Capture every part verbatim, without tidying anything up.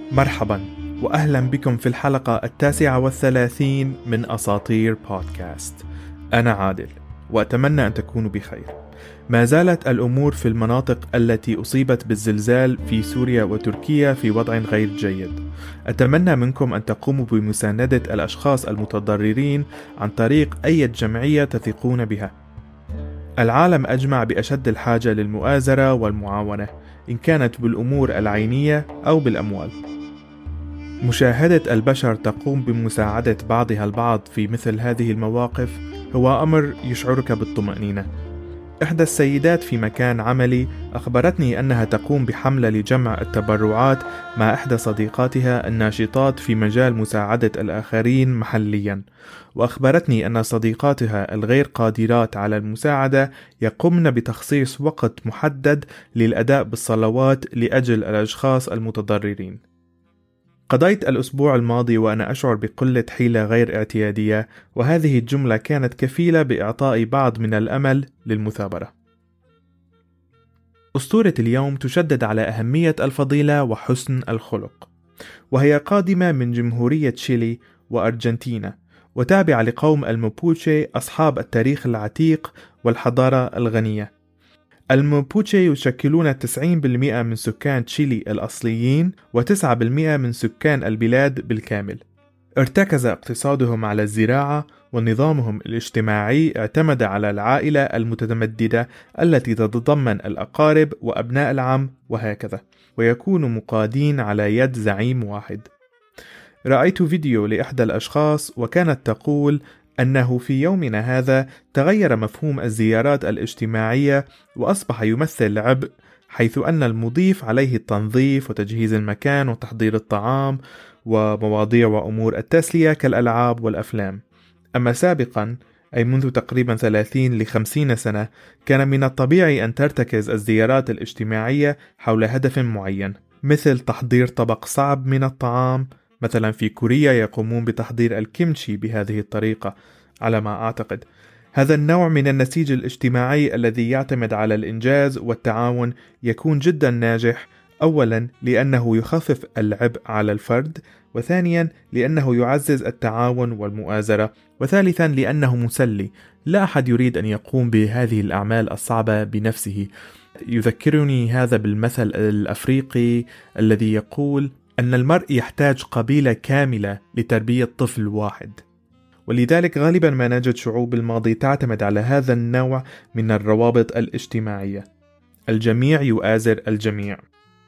مرحبا وأهلا بكم في الحلقة التاسعة والثلاثين من أساطير بودكاست. أنا عادل وأتمنى أن تكونوا بخير. ما زالت الأمور في المناطق التي أصيبت بالزلزال في سوريا وتركيا في وضع غير جيد. أتمنى منكم أن تقوموا بمساندة الأشخاص المتضررين عن طريق أي جمعية تثقون بها. العالم أجمع بأشد الحاجة للمؤازرة والمعاونة، إن كانت بالأمور العينية أو بالأموال. مشاهدة البشر تقوم بمساعدة بعضها البعض في مثل هذه المواقف هو أمر يشعرك بالطمأنينة. إحدى السيدات في مكان عملي أخبرتني أنها تقوم بحملة لجمع التبرعات مع إحدى صديقاتها الناشطات في مجال مساعدة الآخرين محليا، وأخبرتني أن صديقاتها الغير قادرات على المساعدة يقومن بتخصيص وقت محدد للأداء بالصلوات لأجل الأشخاص المتضررين. قضيت الأسبوع الماضي وأنا أشعر بقلة حيلة غير اعتيادية، وهذه الجملة كانت كفيلة بإعطاء بعض من الأمل للمثابرة. أسطورة اليوم تشدد على أهمية الفضيلة وحسن الخلق، وهي قادمة من جمهورية تشيلي وأرجنتينا، وتابعة لقوم المابوتشي أصحاب التاريخ العتيق والحضارة الغنية. المابوتشي يشكلون تسعين بالمئة من سكان تشيلي الأصليين وتسعة بالمئة من سكان البلاد بالكامل. ارتكز اقتصادهم على الزراعة، ونظامهم الاجتماعي اعتمد على العائلة المتمددة التي تتضمن الأقارب وأبناء العم وهكذا، ويكون مقادين على يد زعيم واحد. رأيت فيديو لإحدى الأشخاص وكانت تقول أنه في يومنا هذا تغير مفهوم الزيارات الاجتماعية وأصبح يمثل عبء، حيث أن المضيف عليه التنظيف وتجهيز المكان وتحضير الطعام ومواضيع وأمور التسلية كالألعاب والأفلام. أما سابقا، أي منذ تقريبا ثلاثين لخمسين سنة، كان من الطبيعي أن ترتكز الزيارات الاجتماعية حول هدف معين، مثل تحضير طبق صعب من الطعام. مثلا في كوريا يقومون بتحضير الكيمتشي بهذه الطريقة على ما أعتقد. هذا النوع من النسيج الاجتماعي الذي يعتمد على الإنجاز والتعاون يكون جدا ناجح، أولا لأنه يخفف العبء على الفرد، وثانيا لأنه يعزز التعاون والمؤازرة، وثالثا لأنه مسلي. لا أحد يريد أن يقوم بهذه الأعمال الصعبة بنفسه. يذكرني هذا بالمثل الأفريقي الذي يقول أن المرء يحتاج قبيلة كاملة لتربية طفل واحد. ولذلك غالبا ما نجد شعوب الماضي تعتمد على هذا النوع من الروابط الاجتماعية. الجميع يؤازر الجميع.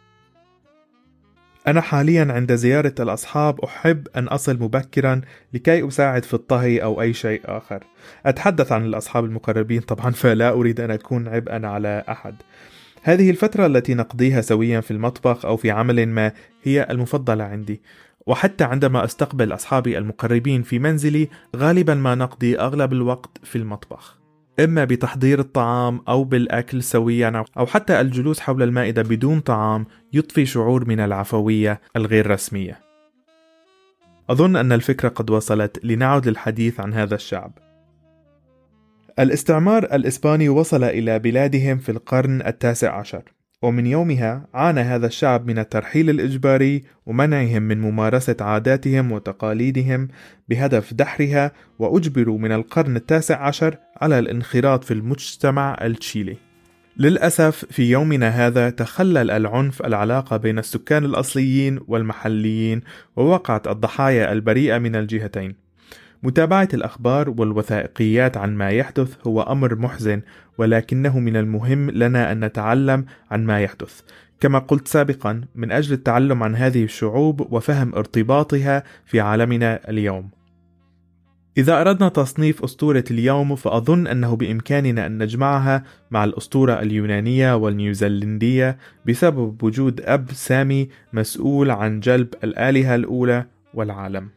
أنا حاليا عند زيارة الأصحاب أحب أن أصل مبكرا لكي أساعد في الطهي أو أي شيء آخر. أتحدث عن الأصحاب المقربين طبعا، فلا أريد أن أكون عبئا على أحد. هذه الفترة التي نقضيها سويا في المطبخ أو في عمل ما هي المفضلة عندي، وحتى عندما أستقبل أصحابي المقربين في منزلي غالبا ما نقضي أغلب الوقت في المطبخ، إما بتحضير الطعام أو بالأكل سويا، أو حتى الجلوس حول المائدة بدون طعام يضفي شعور من العفوية الغير رسمية. أظن أن الفكرة قد وصلت، لنعود للحديث عن هذا الشعب. الاستعمار الإسباني وصل إلى بلادهم في القرن التاسع عشر، ومن يومها عانى هذا الشعب من الترحيل الإجباري ومنعهم من ممارسة عاداتهم وتقاليدهم بهدف دحرها، وأجبروا من القرن التاسع عشر على الانخراط في المجتمع التشيلي. للأسف في يومنا هذا تخلل العنف العلاقة بين السكان الأصليين والمحليين، ووقعت الضحايا البريئة من الجهتين. متابعة الأخبار والوثائقيات عن ما يحدث هو أمر محزن، ولكنه من المهم لنا أن نتعلم عن ما يحدث. كما قلت سابقا، من أجل التعلم عن هذه الشعوب وفهم ارتباطها في عالمنا اليوم. إذا أردنا تصنيف أسطورة اليوم، فأظن أنه بإمكاننا أن نجمعها مع الأسطورة اليونانية والنيوزيلندية بسبب وجود أب سامي مسؤول عن جلب الآلهة الأولى والعالم.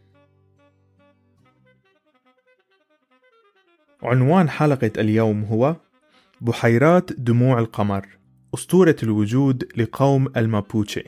عنوان حلقة اليوم هو بحيرات دموع القمر، أسطورة الوجود لقوم المابوتشي.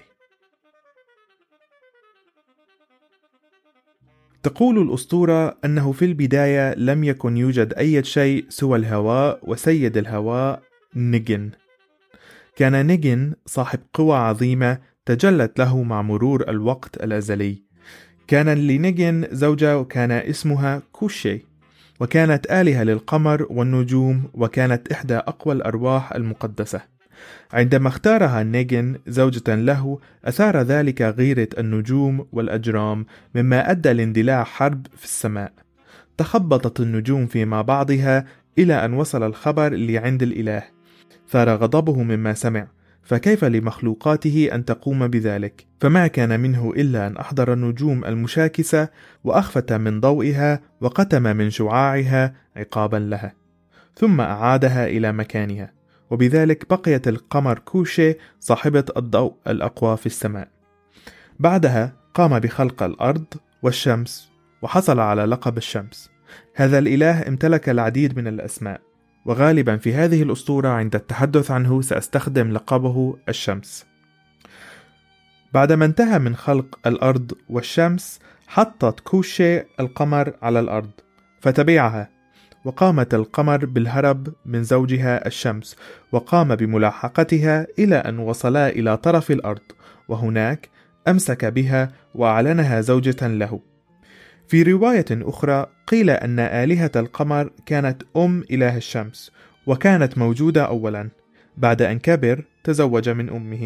تقول الأسطورة أنه في البداية لم يكن يوجد أي شيء سوى الهواء وسيد الهواء نيجن. كان نيجن صاحب قوة عظيمة تجلت له مع مرور الوقت الأزلي. كان لنيجن زوجة وكان اسمها كوشي، وكانت آلهة للقمر والنجوم، وكانت إحدى أقوى الأرواح المقدسة. عندما اختارها نيجن زوجة له، أثار ذلك غيرة النجوم والأجرام، مما أدى لاندلاع حرب في السماء. تخبطت النجوم فيما بعضها إلى أن وصل الخبر لعند الإله، ثار غضبه مما سمع، فكيف لمخلوقاته أن تقوم بذلك؟ فما كان منه إلا أن أحضر النجوم المشاكسة وأخفت من ضوئها وقتم من شعاعها عقابا لها، ثم أعادها إلى مكانها، وبذلك بقيت القمر كوشي صاحبة الضوء الأقوى في السماء. بعدها قام بخلق الأرض والشمس، وحصل على لقب الشمس. هذا الإله امتلك العديد من الأسماء، وغالبا في هذه الأسطورة عند التحدث عنه سأستخدم لقبه الشمس. بعدما انتهى من خلق الأرض والشمس، حطت كوشي القمر على الأرض فتبعها، وقامت القمر بالهرب من زوجها الشمس، وقام بملاحقتها إلى أن وصلا إلى طرف الأرض، وهناك أمسك بها وأعلنها زوجة له. في رواية أخرى قيل أن آلهة القمر كانت أم إله الشمس، وكانت موجودة أولا، بعد أن كبر تزوج من أمه.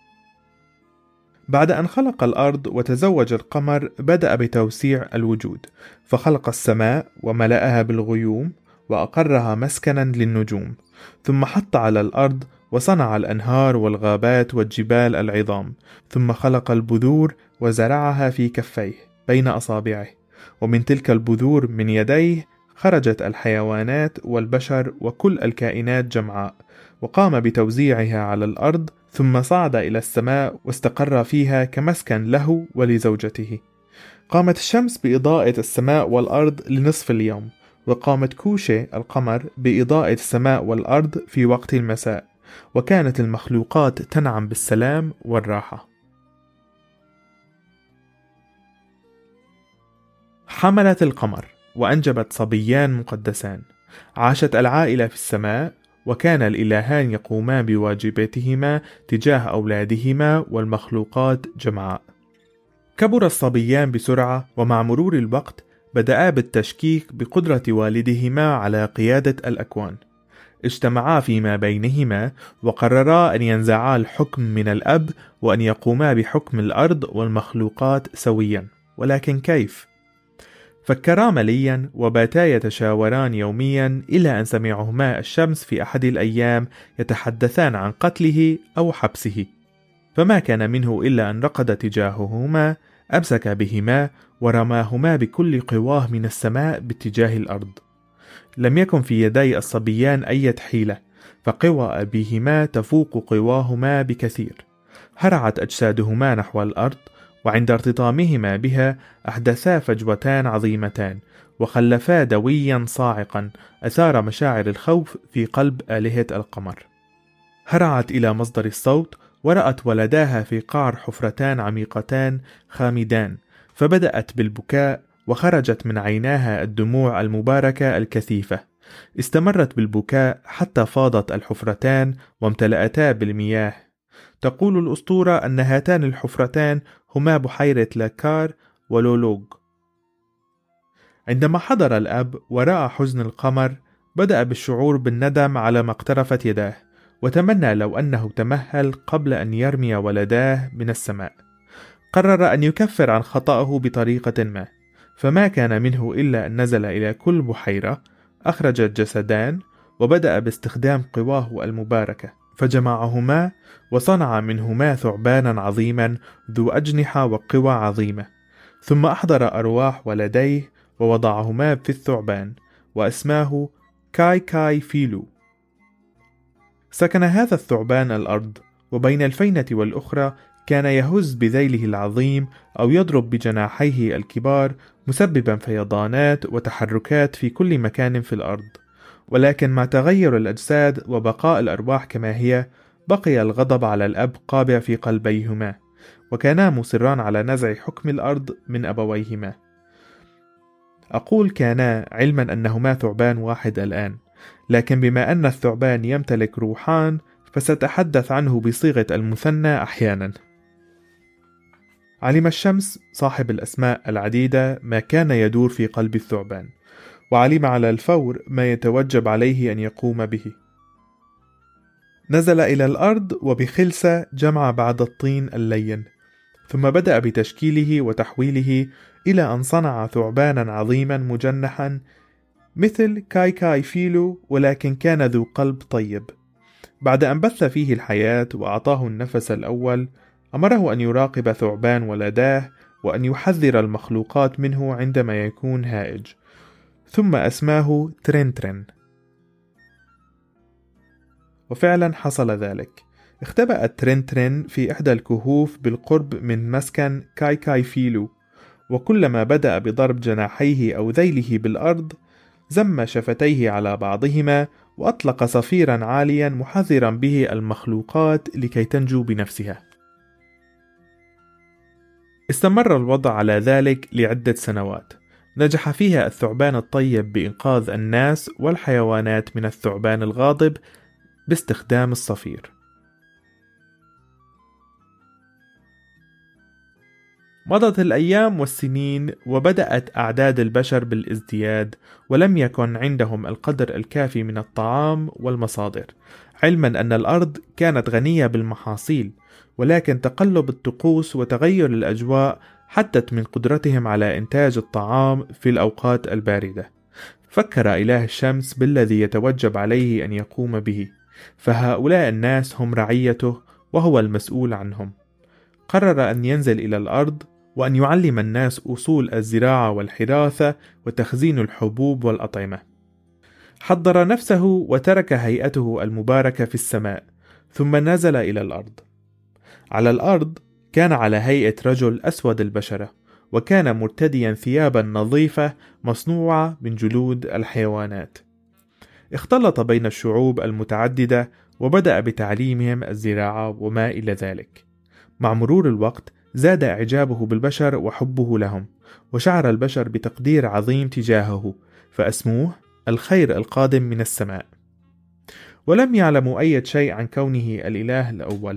بعد أن خلق الأرض وتزوج القمر، بدأ بتوسيع الوجود، فخلق السماء وملأها بالغيوم، وأقرها مسكنا للنجوم، ثم حط على الأرض وصنع الأنهار والغابات والجبال العظام، ثم خلق البذور وزرعها في كفيه بين أصابعه، ومن تلك البذور من يديه خرجت الحيوانات والبشر وكل الكائنات جمعاء، وقام بتوزيعها على الأرض، ثم صعد إلى السماء واستقر فيها كمسكن له ولزوجته. قامت الشمس بإضاءة السماء والأرض لنصف اليوم، وقامت كوشي القمر بإضاءة السماء والأرض في وقت المساء، وكانت المخلوقات تنعم بالسلام والراحة. حملت القمر وأنجبت صبيان مقدسان. عاشت العائلة في السماء، وكان الإلهان يقومان بواجباتهما تجاه أولادهما والمخلوقات جمعاء. كبر الصبيان بسرعة، ومع مرور الوقت بدأا بالتشكيك بقدرة والدهما على قيادة الأكوان. اجتمعا فيما بينهما وقررا أن ينزعا الحكم من الأب، وأن يقوما بحكم الأرض والمخلوقات سويا، ولكن كيف؟ فكرا مليا وباتا يتشاوران يوميا، إلى أن سمعهما الشمس في أحد الأيام يتحدثان عن قتله أو حبسه، فما كان منه إلا أن رقد تجاههما، أمسك بهما ورماهما بكل قواه من السماء باتجاه الأرض. لم يكن في يدي الصبيان أي حيلة، فقوى أبيهما تفوق قواهما بكثير. هرعت أجسادهما نحو الأرض، وعند ارتطامهما بها أحدثا فجوتان عظيمتان، وخلفا دويا صاعقا أثار مشاعر الخوف في قلب آلهة القمر. هرعت إلى مصدر الصوت، ورأت ولداها في قعر حفرتان عميقتان خامدان، فبدأت بالبكاء، وخرجت من عيناها الدموع المباركة الكثيفة. استمرت بالبكاء حتى فاضت الحفرتان وامتلأتا بالمياه. تقول الأسطورة أن هاتان الحفرتان هما بحيرة لاكار ولولوغ. عندما حضر الأب ورأى حزن القمر، بدأ بالشعور بالندم على ما اقترفت يداه، وتمنى لو أنه تمهل قبل أن يرمي ولداه من السماء. قرر أن يكفر عن خطأه بطريقة ما، فما كان منه إلا أن نزل إلى كل بحيرة، أخرج الجسدان، وبدأ باستخدام قواه المباركة، فجمعهما وصنع منهما ثعبانا عظيما ذو أجنحة وقوى عظيمة، ثم أحضر أرواح ولديه ووضعهما في الثعبان، وأسماه كاي كاي فيلو. سكن هذا الثعبان الأرض، وبين الفينة والأخرى كان يهز بذيله العظيم أو يضرب بجناحيه الكبار، مسببا فيضانات وتحركات في كل مكان في الأرض. ولكن مع تغير الأجساد وبقاء الأرواح كما هي، بقي الغضب على الأب قابع في قلبيهما، وكانا مصران على نزع حكم الأرض من أبويهما. أقول كانا علما أنهما ثعبان واحد الآن، لكن بما أن الثعبان يمتلك روحان فستحدث عنه بصيغة المثنى أحيانا. علم الشمس صاحب الأسماء العديدة ما كان يدور في قلب الثعبان، وعلم على الفور ما يتوجب عليه أن يقوم به. نزل إلى الأرض وبخلسة جمع بعض الطين اللين، ثم بدأ بتشكيله وتحويله إلى أن صنع ثعبانا عظيما مجنحا مثل كاي كاي فيلو، ولكن كان ذو قلب طيب. بعد أن بث فيه الحياة وأعطاه النفس الأول، أمره أن يراقب ثعبان ولداه وأن يحذر المخلوقات منه عندما يكون هائج، ثم أسماه ترين ترين. وفعلا حصل ذلك. اختبأ ترين ترين في إحدى الكهوف بالقرب من مسكن كاي كاي فيلو، وكلما بدأ بضرب جناحيه أو ذيله بالأرض زم شفتيه على بعضهما وأطلق صفيرا عاليا محذرا به المخلوقات لكي تنجو بنفسها. استمر الوضع على ذلك لعدة سنوات، نجح فيها الثعبان الطيب بإنقاذ الناس والحيوانات من الثعبان الغاضب باستخدام الصفير. مضت الأيام والسنين، وبدأت أعداد البشر بالازدياد، ولم يكن عندهم القدر الكافي من الطعام والمصادر، علما أن الأرض كانت غنية بالمحاصيل، ولكن تقلب الطقوس وتغير الأجواء حدت من قدرتهم على إنتاج الطعام في الأوقات الباردة. فكر إله الشمس بالذي يتوجب عليه أن يقوم به، فهؤلاء الناس هم رعيته وهو المسؤول عنهم. قرر أن ينزل إلى الأرض وأن يعلم الناس أصول الزراعة والحراثة وتخزين الحبوب والأطعمة. حضر نفسه وترك هيئته المباركة في السماء، ثم نزل إلى الأرض. على الأرض كان على هيئة رجل أسود البشرة، وكان مرتديا ثيابا نظيفة مصنوعة من جلود الحيوانات. اختلط بين الشعوب المتعددة وبدأ بتعليمهم الزراعة وما إلى ذلك. مع مرور الوقت زاد إعجابه بالبشر وحبه لهم، وشعر البشر بتقدير عظيم تجاهه، فأسموه الخير القادم من السماء. ولم يعلموا أي شيء عن كونه الإله الأول.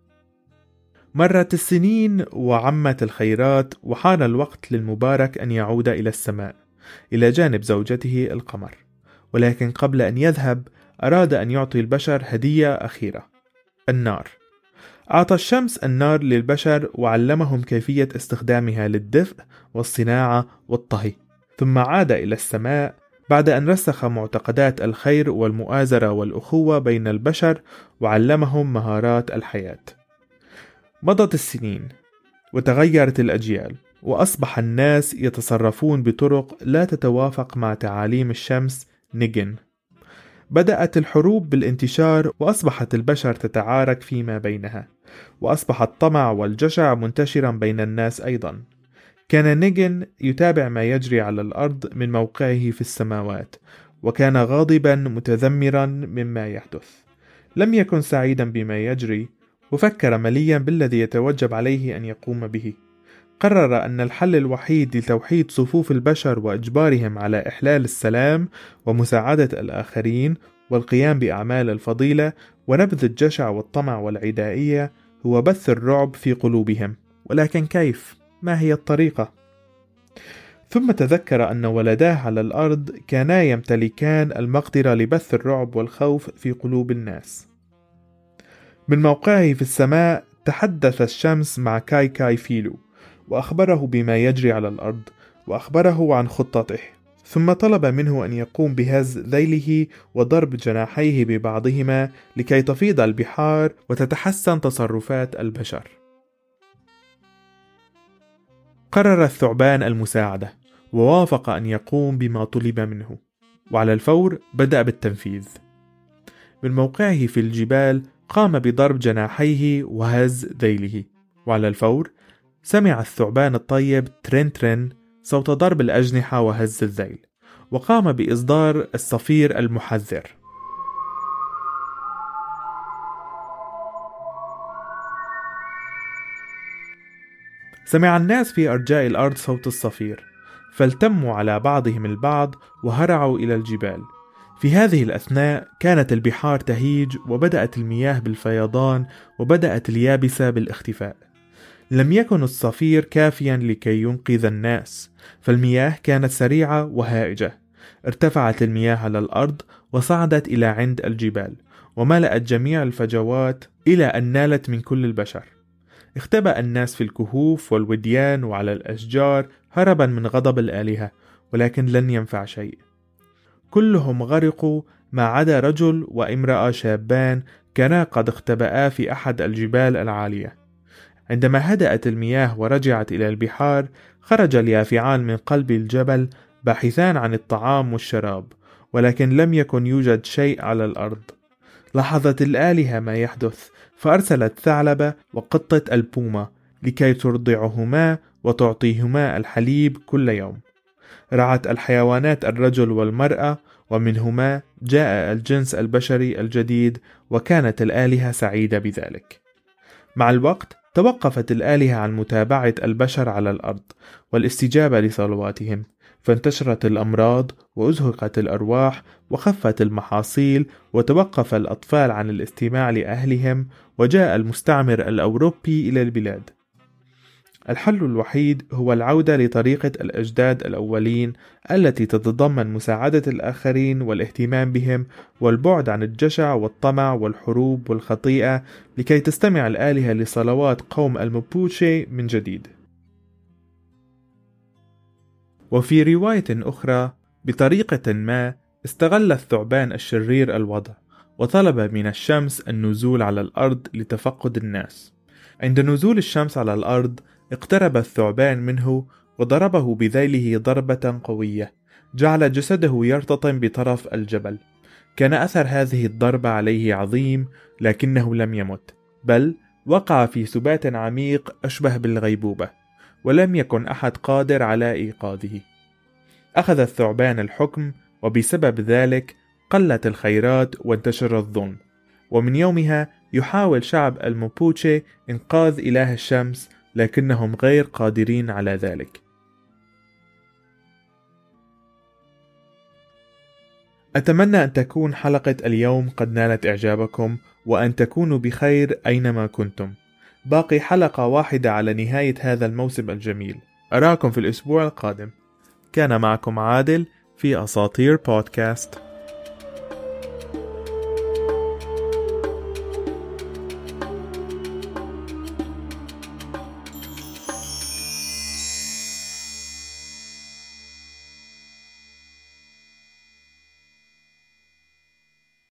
مرت السنين وعمت الخيرات، وحان الوقت للمبارك أن يعود إلى السماء إلى جانب زوجته القمر. ولكن قبل أن يذهب أراد أن يعطي البشر هدية أخيرة، النار. أعطى الشمس النار للبشر وعلمهم كيفية استخدامها للدفء والصناعة والطهي، ثم عاد إلى السماء بعد أن رسخ معتقدات الخير والمؤازرة والأخوة بين البشر وعلمهم مهارات الحياة. مضت السنين وتغيرت الأجيال، وأصبح الناس يتصرفون بطرق لا تتوافق مع تعاليم الشمس نيجن. بدأت الحروب بالانتشار، وأصبحت البشر تتعارك فيما بينها، وأصبح الطمع والجشع منتشرا بين الناس أيضا. كان نيجن يتابع ما يجري على الأرض من موقعه في السماوات، وكان غاضبا متذمرا مما يحدث. لم يكن سعيدا بما يجري، وفكر مليا بالذي يتوجب عليه أن يقوم به. قرر أن الحل الوحيد لتوحيد صفوف البشر وإجبارهم على إحلال السلام ومساعدة الآخرين والقيام بأعمال الفضيلة ونبذ الجشع والطمع والعدائية هو بث الرعب في قلوبهم. ولكن كيف؟ ما هي الطريقة؟ ثم تذكر أن ولداه على الأرض كانا يمتلكان المقدرة لبث الرعب والخوف في قلوب الناس. من موقعه في السماء تحدث الشمس مع كاي كاي فيلو، وأخبره بما يجري على الأرض، وأخبره عن خطته، ثم طلب منه أن يقوم بهز ذيله وضرب جناحيه ببعضهما لكي تفيض البحار وتتحسن تصرفات البشر. قرر الثعبان المساعدة، ووافق أن يقوم بما طلب منه، وعلى الفور بدأ بالتنفيذ. من موقعه في الجبال قام بضرب جناحيه وهز ذيله، وعلى الفور سمع الثعبان الطيب ترين ترين صوت ضرب الأجنحة وهز الذيل، وقام بإصدار الصفير المحذر. سمع الناس في أرجاء الأرض صوت الصفير، فالتموا على بعضهم البعض وهرعوا إلى الجبال. في هذه الأثناء كانت البحار تهيج، وبدأت المياه بالفيضان، وبدأت اليابسة بالاختفاء. لم يكن الصفير كافيا لكي ينقذ الناس، فالمياه كانت سريعة وهائجة. ارتفعت المياه على الأرض وصعدت إلى عند الجبال، وملأت جميع الفجوات إلى أن نالت من كل البشر. اختبأ الناس في الكهوف والوديان وعلى الأشجار هربا من غضب الآلهة، ولكن لن ينفع شيء. كلهم غرقوا ما عدا رجل وامرأة شابان كانا قد اختبأا في أحد الجبال العالية. عندما هدأت المياه ورجعت إلى البحار، خرج اليافعان من قلب الجبل باحثان عن الطعام والشراب، ولكن لم يكن يوجد شيء على الأرض. لاحظت الآلهة ما يحدث، فأرسلت ثعلبة وقطة البومة لكي ترضعهما وتعطيهما الحليب كل يوم. رعت الحيوانات الرجل والمرأة، ومنهما جاء الجنس البشري الجديد، وكانت الآلهة سعيدة بذلك. مع الوقت توقفت الآلهة عن متابعة البشر على الأرض والاستجابة لصلواتهم، فانتشرت الأمراض وأزهقت الأرواح وخفت المحاصيل، وتوقف الأطفال عن الاستماع لأهلهم، وجاء المستعمر الأوروبي إلى البلاد. الحل الوحيد هو العودة لطريقة الأجداد الأولين التي تتضمن مساعدة الآخرين والاهتمام بهم، والبعد عن الجشع والطمع والحروب والخطيئة، لكي تستمع الآلهة لصلوات قوم المابوتشي من جديد. وفي رواية أخرى، بطريقة ما استغل الثعبان الشرير الوضع، وطلب من الشمس النزول على الأرض لتفقد الناس. عند نزول الشمس على الأرض، اقترب الثعبان منه وضربه بذيله ضربة قوية، جعل جسده يرتطم بطرف الجبل. كان أثر هذه الضربة عليه عظيم، لكنه لم يمت، بل وقع في سبات عميق أشبه بالغيبوبة، ولم يكن أحد قادر على إيقاظه. أخذ الثعبان الحكم، وبسبب ذلك قلت الخيرات وانتشر الظلم. ومن يومها يحاول شعب المابوتشي إنقاذ إله الشمس، لكنهم غير قادرين على ذلك. أتمنى أن تكون حلقة اليوم قد نالت إعجابكم، وأن تكونوا بخير أينما كنتم. باقي حلقة واحدة على نهاية هذا الموسم الجميل. أراكم في الأسبوع القادم. كان معكم عادل في أساطير بودكاست.